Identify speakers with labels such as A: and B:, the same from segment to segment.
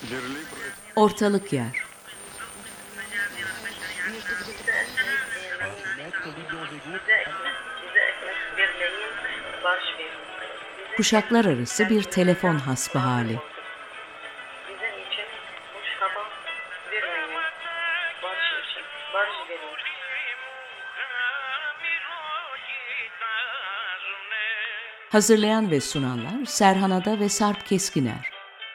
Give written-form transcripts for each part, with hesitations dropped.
A: Ortalık yer. Kuşaklar arası bir telefon hasbihali. Hazırlayan ve sunanlar Serhan Ada ve Sarp Keskiner.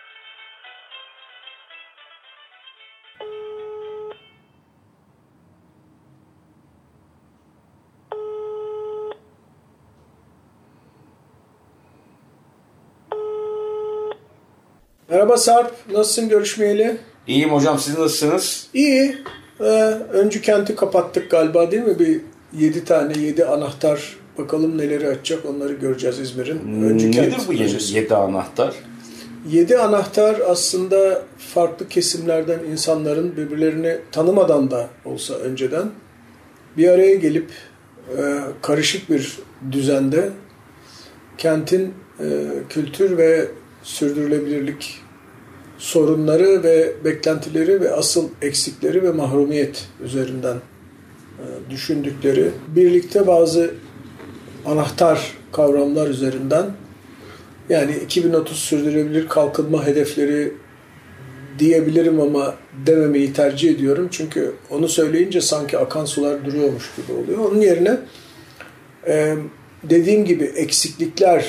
B: Merhaba Sarp, nasılsın görüşmeyeli?
C: İyiyim hocam, siz nasılsınız?
B: İyi. Öncü kenti kapattık galiba değil mi? Bir 7 anahtar. Bakalım neleri açacak, onları göreceğiz İzmir'in. Öncü
C: Nedir
B: kent
C: bu 7 anahtar?
B: 7 anahtar aslında farklı kesimlerden insanların birbirlerini tanımadan da olsa önceden bir araya gelip karışık bir düzende kentin kültür ve sürdürülebilirlik sorunları ve beklentileri ve asıl eksikleri ve mahrumiyet üzerinden düşündükleri, birlikte bazı anahtar kavramlar üzerinden, yani 2030 sürdürülebilir kalkınma hedefleri diyebilirim ama dememeyi tercih ediyorum. Çünkü onu söyleyince sanki akan sular duruyormuş gibi oluyor. Onun yerine dediğim gibi eksiklikler,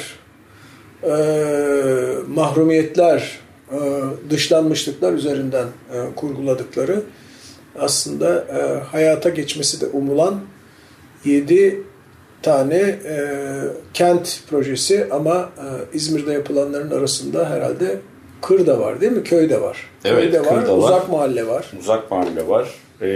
B: mahrumiyetler, dışlanmışlıklar üzerinden kurguladıkları, aslında hayata geçmesi de umulan 7 tane kent projesi ama İzmir'de yapılanların arasında herhalde kır da var değil mi? Köy de var.
C: Evet,
B: köy de var.
C: kır da var.
B: Uzak mahalle var.
C: Uzak mahalle var.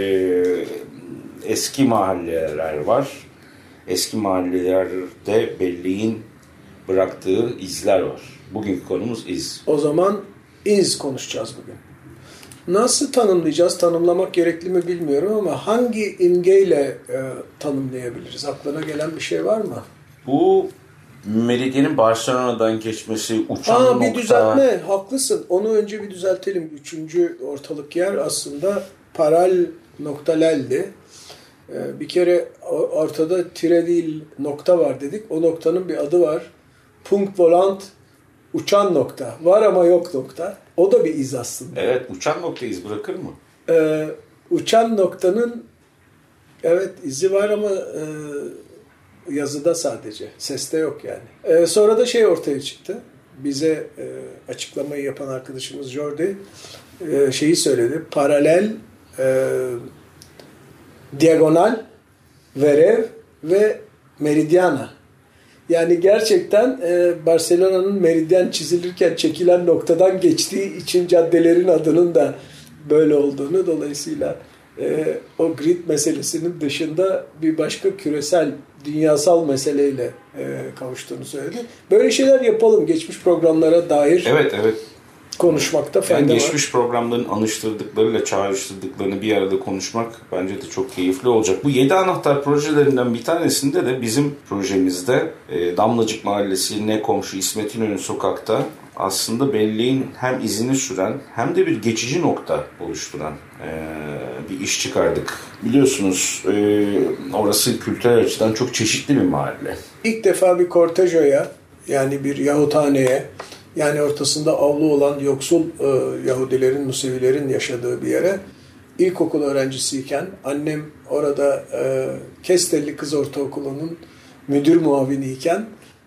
C: Eski mahalleler var. Eski mahallelerde belleğin bıraktığı izler var. Bugünkü konumuz iz.
B: O zaman iz konuşacağız bugün. Nasıl tanımlayacağız? Tanımlamak gerekli mi bilmiyorum ama hangi imgeyle tanımlayabiliriz? Aklına gelen bir şey var mı?
C: Bu meridyenin Barcelona'dan geçmesi, uçan nokta.
B: Bir düzeltme, haklısın. Onu önce bir düzeltelim. 3. ortalık yer aslında paralel noktaleldi. Bir kere ortada tire değil nokta var dedik. O noktanın bir adı var. Punkt volant, uçan nokta. Var ama yok nokta. O da bir iz aslında.
C: Evet, uçan nokta iz bırakır mı?
B: Uçan noktanın evet izi var ama yazıda sadece. Seste yok yani. Sonra da şey ortaya çıktı. Bize açıklamayı yapan arkadaşımız Jordi şeyi söyledi. Paralel, diagonal, verev ve meridiana. Yani gerçekten Barcelona'nın meridyen çizilirken çekilen noktadan geçtiği için caddelerin adının da böyle olduğunu, dolayısıyla o grid meselesinin dışında bir başka küresel, dünyasal meseleyle kavuştuğunu söyledi. Böyle şeyler yapalım. Geçmiş programlara dair
C: evet.
B: konuşmakta fayda var.
C: Geçmiş programların anıştırdıklarıyla çağrıştırdıklarını bir arada konuşmak bence de çok keyifli olacak. Bu 7 anahtar projelerinden bir tanesinde de bizim projemizde Damlacık Mahallesi ne komşu İsmet İnönü sokakta aslında belleğin hem izini süren hem de bir geçici nokta oluşturan bir iş çıkardık. Biliyorsunuz orası kültürel açıdan çok çeşitli bir mahalle.
B: İlk defa bir kortejoya, yani bir Yahuthaneye, yani ortasında avlu olan yoksul Yahudilerin, Musevilerin yaşadığı bir yere ilkokul öğrencisiyken annem orada Kestelli Kız Ortaokulu'nun müdür muaviniyken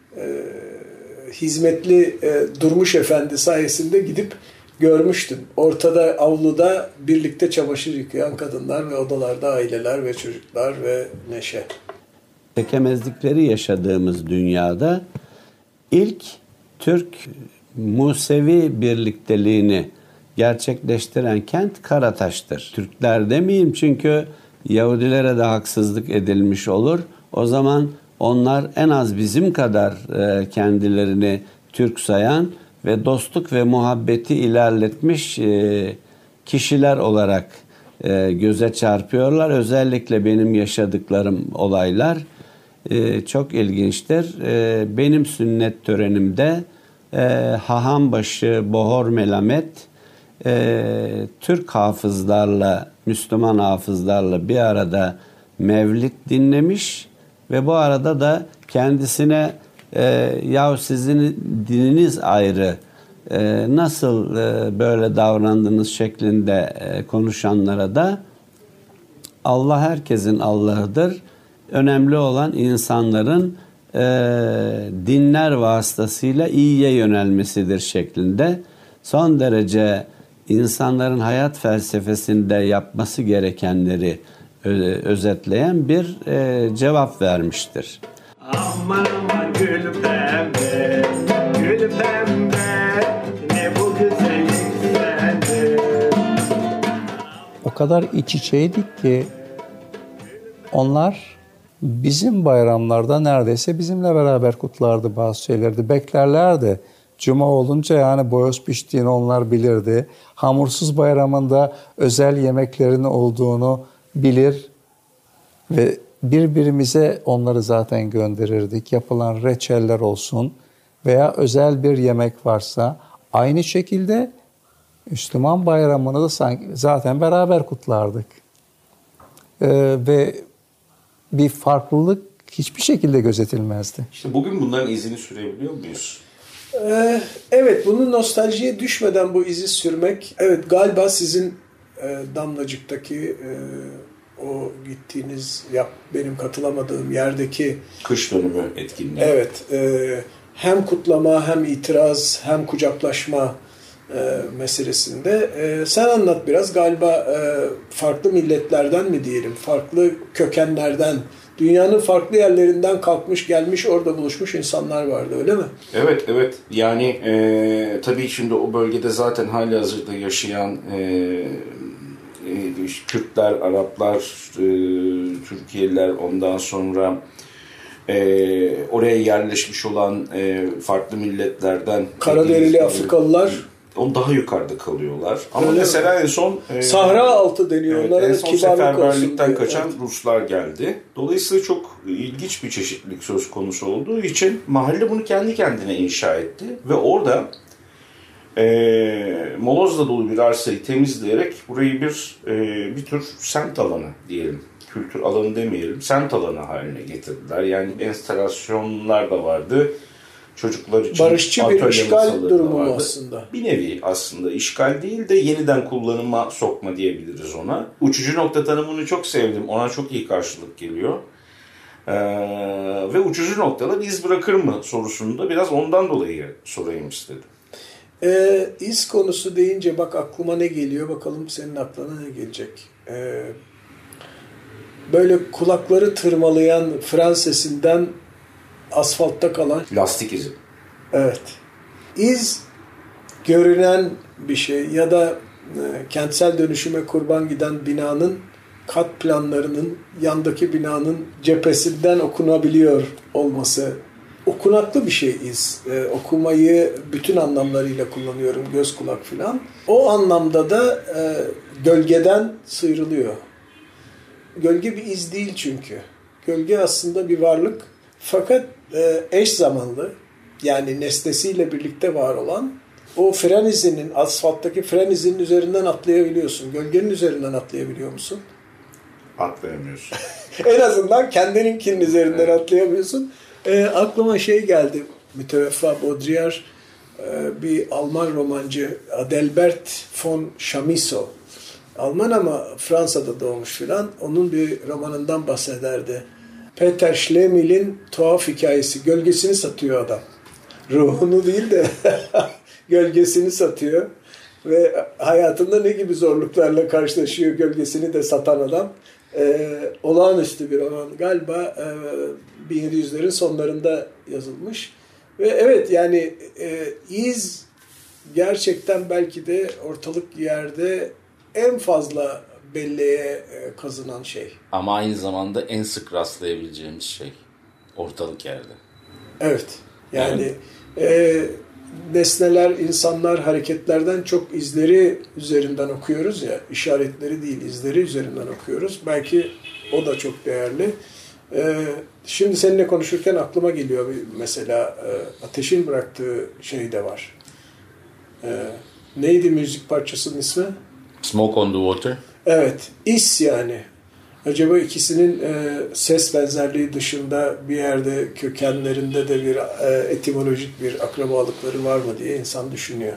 B: hizmetli Durmuş Efendi sayesinde gidip görmüştüm. Ortada avluda birlikte çamaşır yıkayan kadınlar ve odalarda aileler ve çocuklar ve neşe.
D: Çekemezlikleri yaşadığımız dünyada ilk Türk Musevi birlikteliğini gerçekleştiren kent Karataş'tır. Türkler demeyeyim çünkü Yahudilere de haksızlık edilmiş olur. O zaman onlar en az bizim kadar kendilerini Türk sayan ve dostluk ve muhabbeti ilerletmiş kişiler olarak göze çarpıyorlar. Özellikle benim yaşadıklarım olaylar çok ilginçtir. Benim sünnet törenimde Hahambaşı Bohor Melamet Türk hafızlarla, Müslüman hafızlarla bir arada mevlid dinlemiş ve bu arada da kendisine yahu sizin dininiz ayrı, nasıl böyle davrandınız şeklinde konuşanlara da Allah herkesin Allah'ıdır. Önemli olan insanların dinler vasıtasıyla iyiye yönelmesidir şeklinde son derece insanların hayat felsefesinde yapması gerekenleri özetleyen bir cevap vermiştir.
E: Aman aman gül pembe, gül pembe, ne bu güzellik sende.
F: O kadar iç içeydik ki onlar bizim bayramlarda neredeyse bizimle beraber kutlardı bazı şeyleri. Beklerlerdi. Cuma olunca yani boyoz piştiğini onlar bilirdi. Hamursuz bayramında özel yemeklerin olduğunu bilir ve birbirimize onları zaten gönderirdik. Yapılan reçeller olsun veya özel bir yemek varsa aynı şekilde Müslüman bayramını da zaten beraber kutlardık. Ve bir farklılık hiçbir şekilde gözetilmezdi.
C: İşte bugün bunların izini sürebiliyor muyuz?
B: Evet, bunu nostaljiye düşmeden bu izi sürmek, evet galiba sizin Damlacık'taki o gittiğiniz, benim katılamadığım yerdeki
C: Kış dönümü etkinliği.
B: Evet, hem kutlama hem itiraz hem kucaklaşma meselesinde. Sen anlat biraz, galiba farklı milletlerden mi diyelim, farklı kökenlerden, dünyanın farklı yerlerinden kalkmış gelmiş orada buluşmuş insanlar vardı, öyle mi?
C: Evet. Yani tabii şimdi o bölgede zaten halihazırda yaşayan Kürtler, Araplar, Türkiye'liler, ondan sonra oraya yerleşmiş olan farklı milletlerden
B: Karaderili Afrikalılar
C: on daha yukarıda kalıyorlar. Ama
B: öyle
C: mesela en son
B: Sahra altı deniyor onlara.
C: En son seferberlikten kaçan Ruslar geldi. Dolayısıyla çok ilginç bir çeşitlilik söz konusu olduğu için mahalle bunu kendi kendine inşa etti ve orada molozla dolu bir arsayı temizleyerek burayı bir tür semt alanı diyelim. Kültür alanı demeyelim, semt alanı haline getirdiler. Yani enstalasyonlar da vardı. Çocuklar için
B: barışçı bir işgal durumu mu aslında?
C: Bir nevi aslında işgal değil de yeniden kullanıma sokma diyebiliriz ona. Uçucu nokta tanımını çok sevdim. Ona çok iyi karşılık geliyor. Ve uçucu noktalar iz bırakır mı sorusunu da biraz ondan dolayı sorayım istedim.
B: İz konusu deyince bak aklıma ne geliyor, bakalım senin aklına ne gelecek. Böyle kulakları tırmalayan fren sesinden asfaltta kalan
C: lastik izi.
B: Evet. İz görünen bir şey ya da kentsel dönüşüme kurban giden binanın kat planlarının yandaki binanın cephesinden okunabiliyor olması. Okunaklı bir şey iz. Okumayı bütün anlamlarıyla kullanıyorum. Göz, kulak filan. O anlamda da gölgeden sıyrılıyor. Gölge bir iz değil çünkü. Gölge aslında bir varlık. Fakat eş zamanlı, yani nesnesiyle birlikte var olan o fren izinin, asfalttaki fren izinin üzerinden atlayabiliyorsun. Gölgenin üzerinden atlayabiliyor musun?
C: Atlayamıyorsun.
B: En azından kendininkinin üzerinden atlayamıyorsun. Aklıma şey geldi. Müteveffa Baudrillard, bir Alman romancı Adelbert von Chamisso. Alman ama Fransa'da doğmuş filan. Onun bir romanından bahsederdi. Peter Schlegel'in tuhaf hikayesi. Gölgesini satıyor adam. Ruhunu değil de gölgesini satıyor. Ve hayatında ne gibi zorluklarla karşılaşıyor gölgesini de satan adam. Olağanüstü bir roman. Galiba 1700'lerin sonlarında yazılmış. Ve evet yani iz gerçekten belki de ortalık yerde en fazla belleğe kazınan şey.
C: Ama aynı zamanda en sık rastlayabileceğimiz şey ortalık yerde.
B: Evet. Yani nesneler, insanlar, hareketlerden çok izleri üzerinden okuyoruz ya. İşaretleri değil, izleri üzerinden okuyoruz. Belki o da çok değerli. Şimdi seninle konuşurken aklıma geliyor mesela ateşin bıraktığı şey de var. Neydi müzik parçasının ismi?
C: Smoke on the Water.
B: Evet. Is yani. Acaba ikisinin ses benzerliği dışında bir yerde kökenlerinde de bir etimolojik bir akrabalıkları var mı diye insan düşünüyor.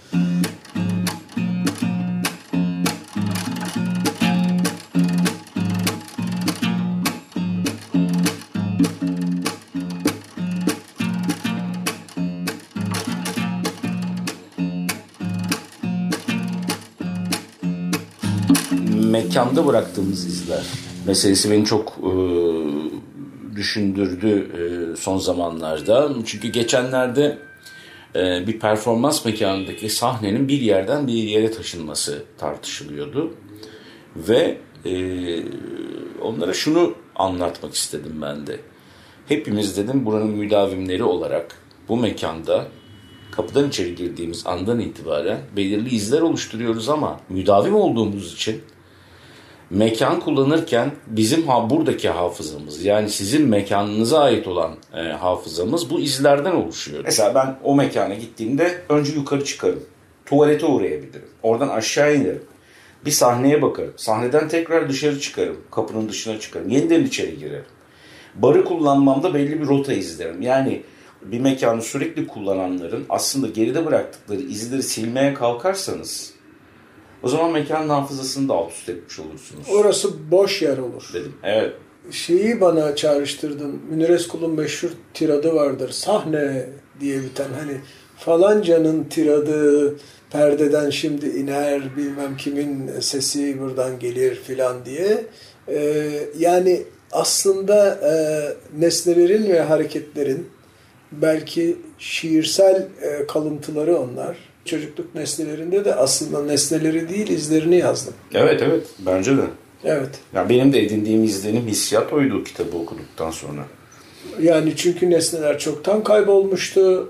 C: Mekanda bıraktığımız izler meselesi beni çok düşündürdü son zamanlarda. Çünkü geçenlerde bir performans mekanındaki sahnenin bir yerden bir yere taşınması tartışılıyordu. Ve onlara şunu anlatmak istedim ben de. Hepimiz dedim buranın müdavimleri olarak bu mekanda kapıdan içeri girdiğimiz andan itibaren belirli izler oluşturuyoruz ama müdavim olduğumuz için mekan kullanırken bizim buradaki hafızamız, yani sizin mekanınıza ait olan hafızamız bu izlerden oluşuyor. Mesela ben o mekana gittiğimde önce yukarı çıkarım. Tuvalete uğrayabilirim. Oradan aşağı inerim. Bir sahneye bakarım. Sahneden tekrar dışarı çıkarım. Kapının dışına çıkarım. Yeniden içeri girerim. Barı kullanmamda belli bir rota izlerim. Yani bir mekanı sürekli kullananların aslında geride bıraktıkları izleri silmeye kalkarsanız o zaman mekanın hafızasını da alt üst etmiş olursunuz.
B: Orası boş yer olur.
C: Dedim. Evet.
B: Şeyi bana çağrıştırdın. Münir Özkul'un meşhur tiradı vardır. Sahne diye biten, hani falancanın tiradı perdeden şimdi iner, bilmem kimin sesi buradan gelir filan diye. Yani aslında nesnelerin ve hareketlerin belki şiirsel kalıntıları onlar. Çocukluk nesnelerinde de aslında nesneleri değil izlerini yazdım.
C: Evet bence de.
B: Evet.
C: Ya benim de edindiğim izlenim, hissiyat oydu kitabı okuduktan sonra.
B: Yani çünkü nesneler çoktan kaybolmuştu.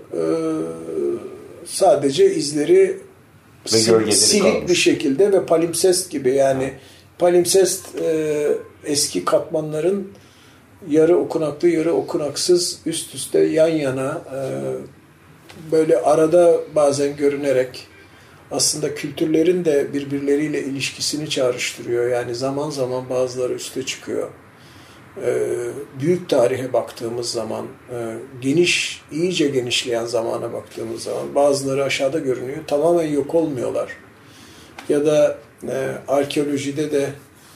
B: Sadece izleri silik kalmış bir şekilde ve palimpsest gibi, yani palimpsest eski katmanların yarı okunaklı yarı okunaksız üst üste yan yana böyle arada bazen görünerek aslında kültürlerin de birbirleriyle ilişkisini çağrıştırıyor. Yani zaman zaman bazıları üste çıkıyor. Büyük tarihe baktığımız zaman, iyice genişleyen zamana baktığımız zaman bazıları aşağıda görünüyor. Tamamen yok olmuyorlar. Ya da arkeolojide de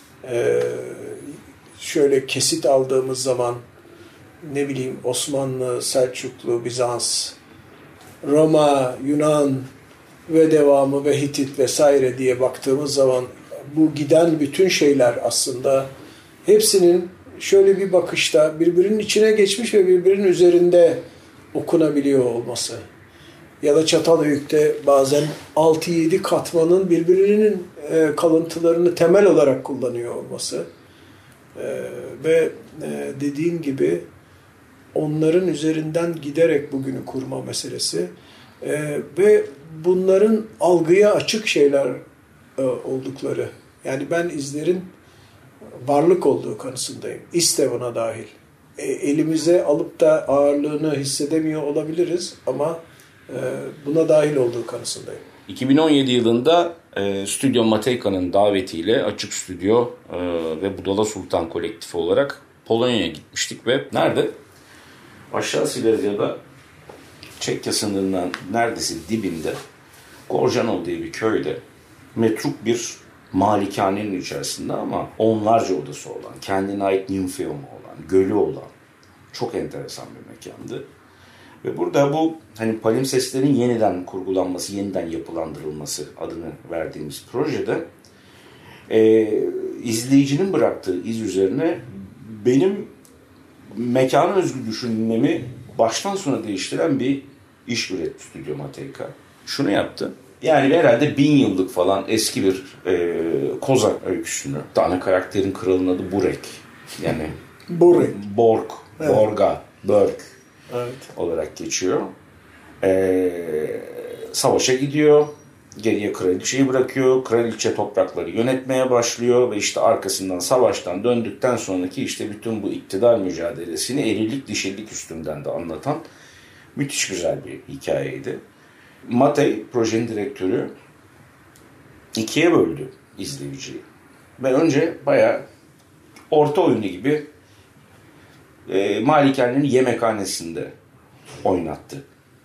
B: şöyle kesit aldığımız zaman ne bileyim Osmanlı, Selçuklu, Bizans, Roma, Yunan ve devamı ve Hitit vesaire diye baktığımız zaman bu giden bütün şeyler aslında hepsinin şöyle bir bakışta birbirinin içine geçmiş ve birbirinin üzerinde okunabiliyor olması. Ya da Çatalhöyük'te bazen 6-7 katmanın birbirinin kalıntılarını temel olarak kullanıyor olması. Ve dediğin gibi onların üzerinden giderek bugünü kurma meselesi ve bunların algıya açık şeyler oldukları. Yani ben izlerin varlık olduğu kanısındayım. İste buna dahil. Elimize alıp da ağırlığını hissedemiyor olabiliriz ama buna dahil olduğu kanısındayım.
C: 2017 yılında Stüdyo Mateyka'nın davetiyle Açık Stüdyo ve Budala Sultan kolektifi olarak Polonya'ya gitmiştik ve nerede? Aşağı Silezya'da Çekya sınırından neredeyse dibinde Gorjanov diye bir köyde metruk bir malikanenin içerisinde ama onlarca odası olan, kendine ait nimfeum olan, gölü olan çok enteresan bir mekandı. Ve burada bu hani palimpsestlerin yeniden kurgulanması, yeniden yapılandırılması adını verdiğimiz projede izleyicinin bıraktığı iz üzerine benim mekana özgü düşünmemi baştan sona değiştiren bir iş üretti Stüdyo Mateyka. Şunu yaptı. Yani herhalde 1000 yıllık falan eski bir Kozak öyküsünü. Ana karakterin kralının adı Burek. Yani Borg, evet. Borga, Berg evet. olarak geçiyor. Savaşa gidiyor. Geriye kraliçeyi bırakıyor. Kraliçe toprakları yönetmeye başlıyor ve işte arkasından savaştan döndükten sonraki işte bütün bu iktidar mücadelesini erilik dişilik üstünden de anlatan müthiş güzel bir hikayeydi. Matey projenin direktörü ikiye böldü izleyiciyi. Ve önce bayağı orta oyunu gibi Malikane'nin yemekhanesinde oynattı.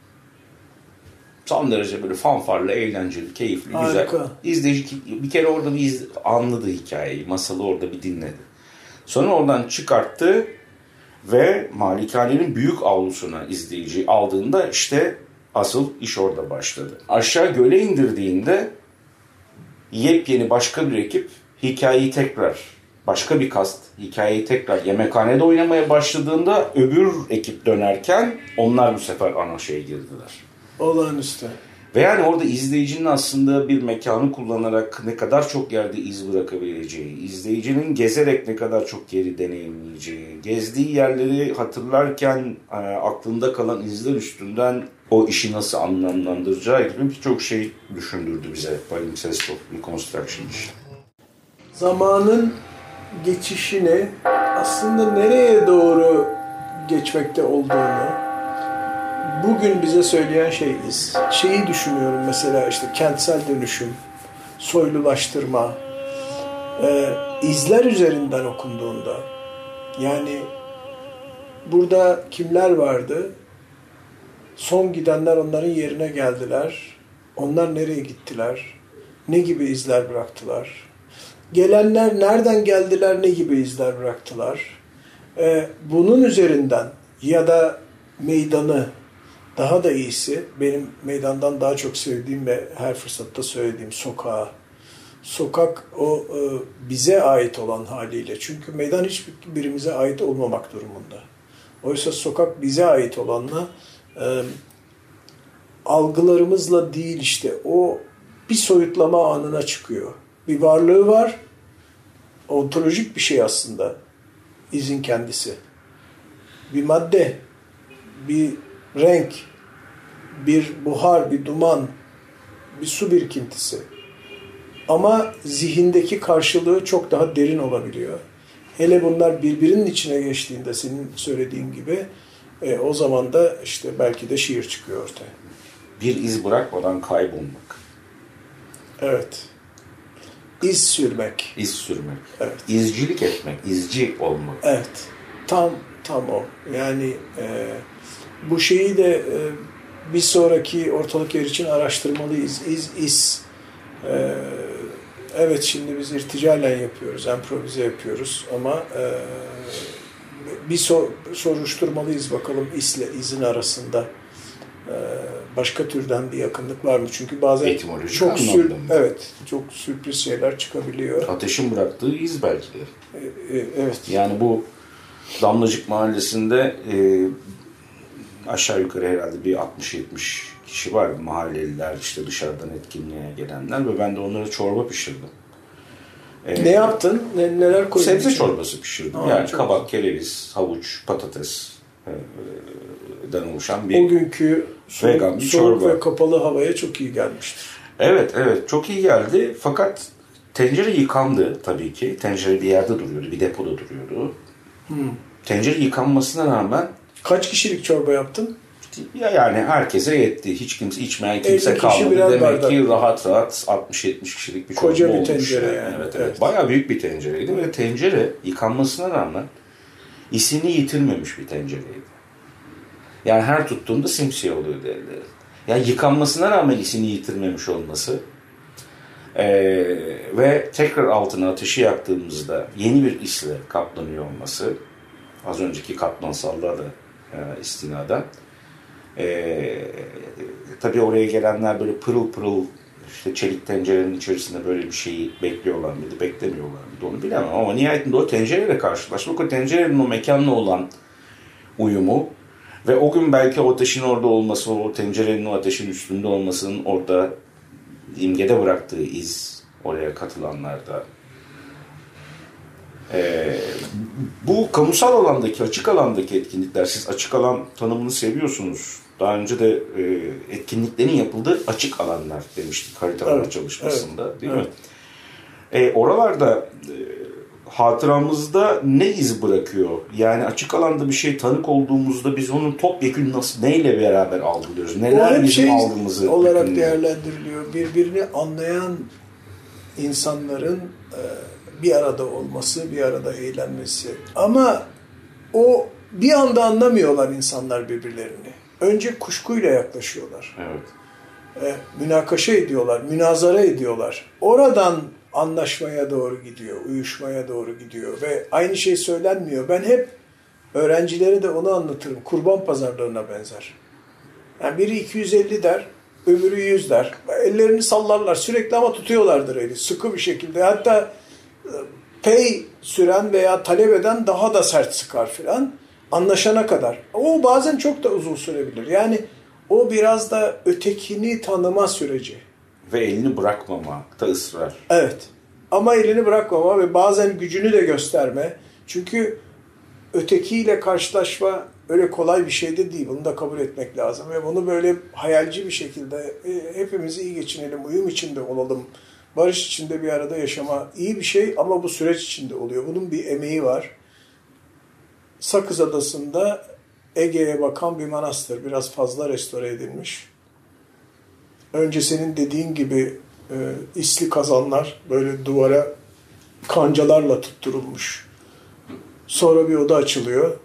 C: Son derece böyle fanfarlı, eğlenceli, keyifli,
B: Harika.
C: güzel. İzleyici bir kere orada anladı hikayeyi, masalı orada bir dinledi. Sonra oradan çıkarttı ve Malikane'nin büyük avlusuna izleyiciyi aldığında işte asıl iş orada başladı. Aşağı göle indirdiğinde yepyeni başka bir ekip hikayeyi tekrar, başka bir kast hikayeyi tekrar yemekhanede oynamaya başladığında öbür ekip dönerken onlar bu sefer ana şeye girdiler.
B: Olağanüstü.
C: Ve yani orada izleyicinin aslında bir mekanı kullanarak ne kadar çok yerde iz bırakabileceği, izleyicinin gezerek ne kadar çok yeri deneyimleyeceği, gezdiği yerleri hatırlarken aklında kalan izler üstünden o işi nasıl anlamlandıracağı gibi birçok şey düşündürdü bize Palimpsest of Reconstruction işi.
B: Zamanın geçişini aslında nereye doğru geçmekte olduğunu bugün bize söyleyen şeyiz. Şeyi düşünüyorum mesela işte kentsel dönüşüm, soylulaştırma, izler üzerinden okunduğunda yani burada kimler vardı? Son gidenler onların yerine geldiler. Onlar nereye gittiler? Ne gibi izler bıraktılar? Gelenler nereden geldiler? Ne gibi izler bıraktılar? Bunun üzerinden ya da meydanı daha da iyisi benim meydandan daha çok sevdiğim ve her fırsatta söylediğim sokağı. Sokak o bize ait olan haliyle. Çünkü meydan hiçbirimize ait olmamak durumunda. Oysa sokak bize ait olanla algılarımızla değil işte o bir soyutlama anına çıkıyor. Bir varlığı var. Ontolojik bir şey aslında. İzin kendisi. Bir madde, bir renk, bir buhar, bir duman, bir su birikintisi. Ama zihindeki karşılığı çok daha derin olabiliyor. Hele bunlar birbirinin içine geçtiğinde senin söylediğin gibi o zaman da işte belki de şiir çıkıyor ortaya.
C: Bir iz bırakmadan kaybolmak.
B: Evet. İz sürmek.
C: İz sürmek.
B: Evet.
C: İzcilik etmek, izci olmak.
B: Evet. Tam o. Yani bu şeyi de bir sonraki ortalık yer için araştırmalıyız. İz. Evet şimdi biz irticalen yapıyoruz, improvize yapıyoruz ama bir soruşturmalıyız bakalım izin arasında başka türden bir yakınlık var mı? Çünkü bazen çok sürpriz şeyler çıkabiliyor.
C: Ateşin bıraktığı iz belki de.
B: Evet.
C: Yani bu Damlacık Mahallesi'nde aşağı yukarı herhalde bir 60-70 kişi var. Mahalleliler, işte dışarıdan etkinliğe gelenler ve ben de onlara çorba pişirdim.
B: Ne yaptın? Neler koydun?
C: Sebze çorbası pişirdim. Yani kabak,
B: güzel.
C: kereviz, havuç, patates den oluşan bir
B: o günkü
C: vegan bir
B: soğuk
C: çorba.
B: ve kapalı havaya çok iyi gelmiştir.
C: Evet çok iyi geldi. Fakat tencere yıkandı tabii ki. Tencere bir yerde duruyordu, bir depoda duruyordu. Tencere yıkanmasına rağmen
B: kaç kişilik çorba yaptın?
C: Yani herkese yetti. Hiç kimse içmeyen kimse kalmadı. Demek
B: bardak.
C: ki rahat 60-70 kişilik bir çorba olmuş.
B: Koca bir tencere yani.
C: Evet. Bayağı büyük bir tencereydi ve tencere yıkanmasına rağmen isini yitirmemiş bir tencereydi. Yani her tuttuğunda simsiyah oluyordu elleri. Yani yıkanmasına rağmen isini yitirmemiş olması ve tekrar altına ateşi yaktığımızda yeni bir isle kaplanıyor olması, az önceki katmansallığa da istinaden. Tabii oraya gelenler böyle pırıl pırıl işte çelik tencerenin içerisinde böyle bir şeyi bekliyorlar mıydı, beklemiyorlar mıydı onu bilemem ama nihayetinde o tencereyle karşılaşmak, o tencerenin o mekanla olan uyumu ve o gün belki o ateşin orada olması, o tencerenin o ateşin üstünde olmasının orada imgede bıraktığı iz oraya katılanlarda. Bu kamusal alandaki, açık alandaki etkinlikler, siz açık alan tanımını seviyorsunuz. Daha önce de etkinliklerin yapıldığı açık alanlar demiştik haritalar çalışmasında, değil mi? Oralarda hatıramızda ne iz bırakıyor? Yani açık alanda bir şey tanık olduğumuzda biz onun topyekün neyle beraber algılıyoruz? Neler bizim algımızı
B: olarak değerlendiriliyor. Birbirini anlayan insanların bir arada olması, bir arada eğlenmesi. Ama o bir anda anlamıyorlar insanlar birbirlerini. Önce kuşkuyla yaklaşıyorlar.
C: Evet.
B: Münakaşa ediyorlar, münazara ediyorlar. Oradan anlaşmaya doğru gidiyor, uyuşmaya doğru gidiyor ve aynı şey söylenmiyor. Ben hep öğrencilere de onu anlatırım. Kurban pazarlığına benzer. Yani biri 250 der, öbürü 100 der. Ellerini sallarlar sürekli ama tutuyorlardır eli sıkı bir şekilde. Hatta pay süren veya talep eden daha da sert sıkar filan. Anlaşana kadar. O bazen çok da uzun sürebilir. Yani o biraz da ötekini tanıma süreci.
C: Ve elini bırakmamakta ısrar.
B: Evet. Ama elini bırakmama ve bazen gücünü de gösterme. Çünkü ötekiyle karşılaşma öyle kolay bir şey de değil. Bunu da kabul etmek lazım. Ve bunu böyle hayalci bir şekilde hepimiz iyi geçinelim, uyum içinde olalım, barış içinde bir arada yaşama iyi bir şey ama bu süreç içinde oluyor. Bunun bir emeği var. Sakız Adası'nda Ege'ye bakan bir manastır. Biraz fazla restore edilmiş. Önce senin dediğin gibi isli kazanlar böyle duvara kancalarla tutturulmuş. Sonra bir oda açılıyor.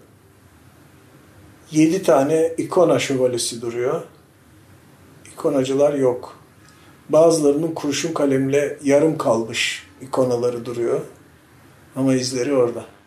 B: 7 tane ikona şövalyesi duruyor. İkonacılar yok. Bazılarının kurşun kalemle yarım kalmış ikonaları duruyor. Ama izleri orada.